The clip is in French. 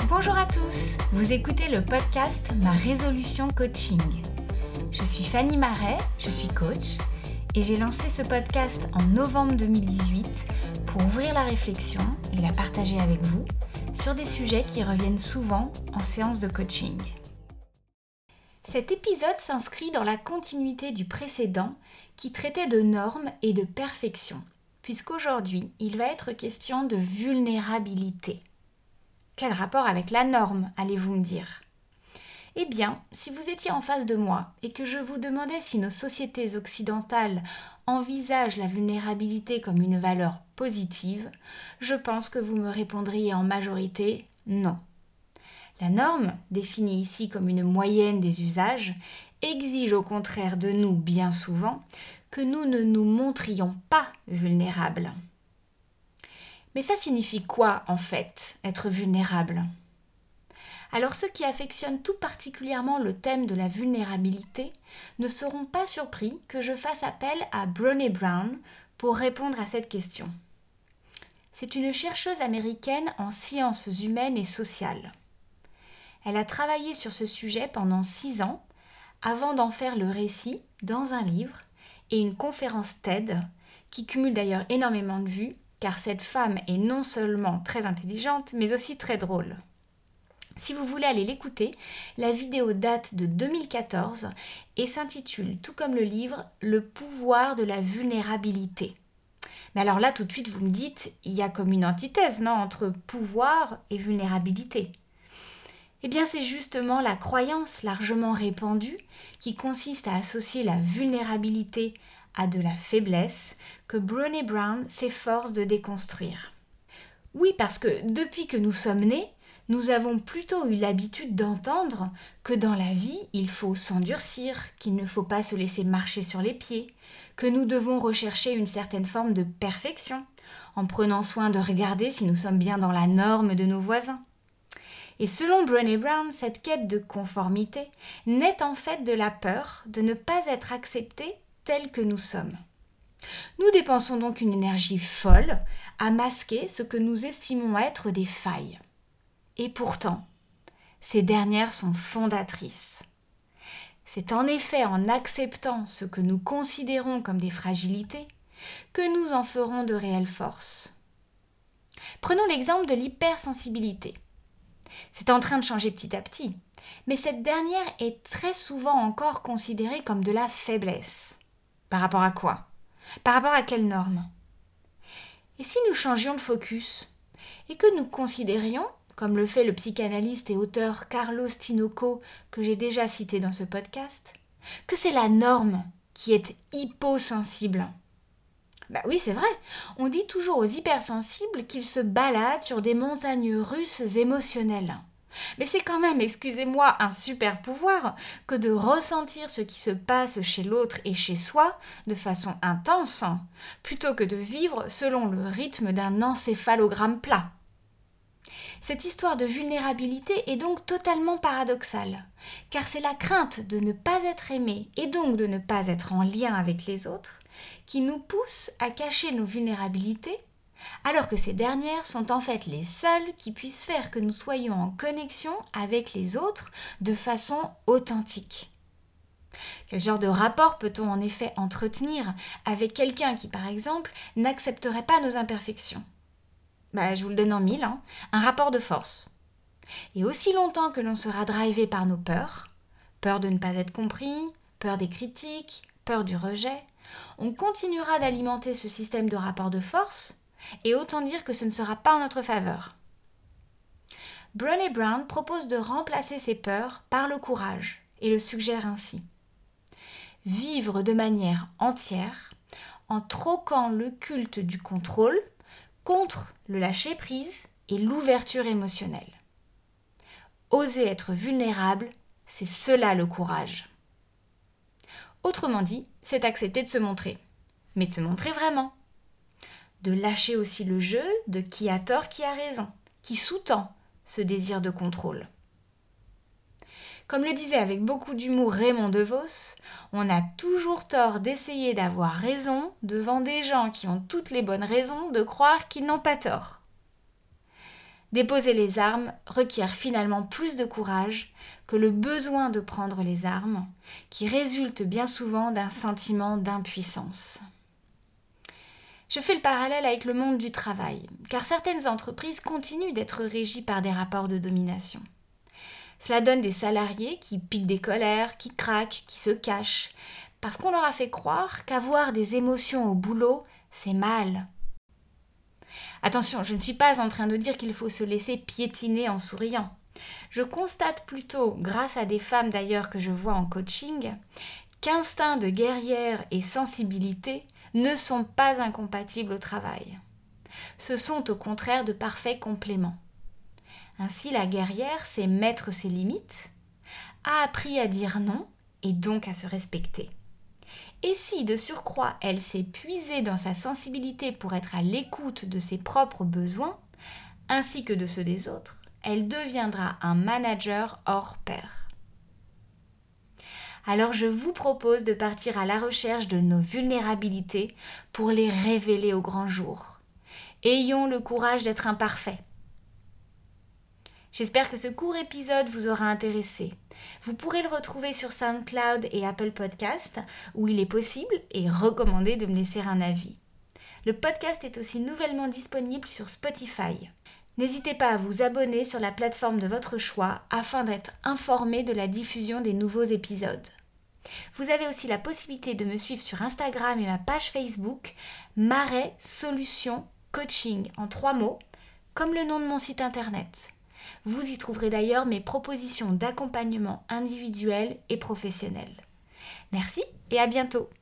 Bonjour à tous, vous écoutez le podcast Ma Résolution Coaching. Je suis Fanny Marais, je suis coach et j'ai lancé ce podcast en novembre 2018 pour ouvrir la réflexion et la partager avec vous sur des sujets qui reviennent souvent en séance de coaching. Cet épisode s'inscrit dans la continuité du précédent qui traitait de normes et de perfection, puisqu'aujourd'hui il va être question de vulnérabilité. Quel rapport avec la norme, allez-vous me dire ? Eh bien, si vous étiez en face de moi et que je vous demandais si nos sociétés occidentales envisagent la vulnérabilité comme une valeur positive, je pense que vous me répondriez en majorité non. La norme, définie ici comme une moyenne des usages, exige au contraire de nous bien souvent que nous ne nous montrions pas vulnérables. Mais ça signifie quoi, en fait, être vulnérable ? Alors ceux qui affectionnent tout particulièrement le thème de la vulnérabilité ne seront pas surpris que je fasse appel à Brené Brown pour répondre à cette question. C'est une chercheuse américaine en sciences humaines et sociales. Elle a travaillé sur ce sujet pendant 6 ans avant d'en faire le récit dans un livre et une conférence TED qui cumule d'ailleurs énormément de vues car cette femme est non seulement très intelligente, mais aussi très drôle. Si vous voulez aller l'écouter, la vidéo date de 2014 et s'intitule, tout comme le livre, « Le pouvoir de la vulnérabilité ». Mais alors là, tout de suite, vous me dites, il y a comme une antithèse, non, entre pouvoir et vulnérabilité. Eh bien, c'est justement la croyance largement répandue qui consiste à associer la vulnérabilité à de la faiblesse que Brené Brown s'efforce de déconstruire. Oui, parce que depuis que nous sommes nés, nous avons plutôt eu l'habitude d'entendre que dans la vie, il faut s'endurcir, qu'il ne faut pas se laisser marcher sur les pieds, que nous devons rechercher une certaine forme de perfection, en prenant soin de regarder si nous sommes bien dans la norme de nos voisins. Et selon Brené Brown, cette quête de conformité naît en fait de la peur de ne pas être acceptés tels que nous sommes. Nous dépensons donc une énergie folle à masquer ce que nous estimons être des failles. Et pourtant, ces dernières sont fondatrices. C'est en effet en acceptant ce que nous considérons comme des fragilités que nous en ferons de réelles forces. Prenons l'exemple de l'hypersensibilité. C'est en train de changer petit à petit, mais cette dernière est très souvent encore considérée comme de la faiblesse. Par rapport à quoi ? Par rapport à quelles normes ? Et si nous changions de focus et que nous considérions, comme le fait le psychanalyste et auteur Carlos Tinoco que j'ai déjà cité dans ce podcast, que c'est la norme qui est hyposensible ? Bah oui, c'est vrai. On dit toujours aux hypersensibles qu'ils se baladent sur des montagnes russes émotionnelles. Mais c'est quand même, excusez-moi, un super pouvoir que de ressentir ce qui se passe chez l'autre et chez soi de façon intense, plutôt que de vivre selon le rythme d'un encéphalogramme plat. Cette histoire de vulnérabilité est donc totalement paradoxale, car c'est la crainte de ne pas être aimé et donc de ne pas être en lien avec les autres qui nous pousse à cacher nos vulnérabilités, alors que ces dernières sont en fait les seules qui puissent faire que nous soyons en connexion avec les autres de façon authentique. Quel genre de rapport peut-on en effet entretenir avec quelqu'un qui, par exemple, n'accepterait pas nos imperfections ? Je vous le donne en 1000, un rapport de force. Et aussi longtemps que l'on sera drivé par nos peurs, peur de ne pas être compris, peur des critiques, peur du rejet, on continuera d'alimenter ce système de rapport de force, et autant dire que ce ne sera pas en notre faveur. Brené Brown propose de remplacer ces peurs par le courage, et le suggère ainsi. Vivre de manière entière, en troquant le culte du contrôle contre le lâcher-prise et l'ouverture émotionnelle. Oser être vulnérable, c'est cela le courage. Autrement dit, c'est accepter de se montrer, mais de se montrer vraiment. De lâcher aussi le jeu de qui a tort, qui a raison, qui sous-tend ce désir de contrôle. Comme le disait avec beaucoup d'humour Raymond DeVos, on a toujours tort d'essayer d'avoir raison devant des gens qui ont toutes les bonnes raisons de croire qu'ils n'ont pas tort. Déposer les armes requiert finalement plus de courage que le besoin de prendre les armes, qui résulte bien souvent d'un sentiment d'impuissance. Je fais le parallèle avec le monde du travail, car certaines entreprises continuent d'être régies par des rapports de domination. Cela donne des salariés qui piquent des colères, qui craquent, qui se cachent, parce qu'on leur a fait croire qu'avoir des émotions au boulot, c'est mal. Attention, je ne suis pas en train de dire qu'il faut se laisser piétiner en souriant. Je constate plutôt, grâce à des femmes d'ailleurs que je vois en coaching, qu'instinct de guerrière et sensibilité ne sont pas incompatibles au travail. Ce sont au contraire de parfaits compléments. Ainsi, la guerrière sait mettre ses limites, a appris à dire non et donc à se respecter. Et si de surcroît elle s'est puisée dans sa sensibilité pour être à l'écoute de ses propres besoins, ainsi que de ceux des autres, elle deviendra un manager hors pair. Alors je vous propose de partir à la recherche de nos vulnérabilités pour les révéler au grand jour. Ayons le courage d'être imparfaits. J'espère que ce court épisode vous aura intéressé. Vous pourrez le retrouver sur SoundCloud et Apple Podcast, où il est possible et recommandé de me laisser un avis. Le podcast est aussi nouvellement disponible sur Spotify. N'hésitez pas à vous abonner sur la plateforme de votre choix afin d'être informé de la diffusion des nouveaux épisodes. Vous avez aussi la possibilité de me suivre sur Instagram et ma page Facebook Marais Solutions Coaching en 3 mots, comme le nom de mon site internet. Vous y trouverez d'ailleurs mes propositions d'accompagnement individuel et professionnel. Merci et à bientôt.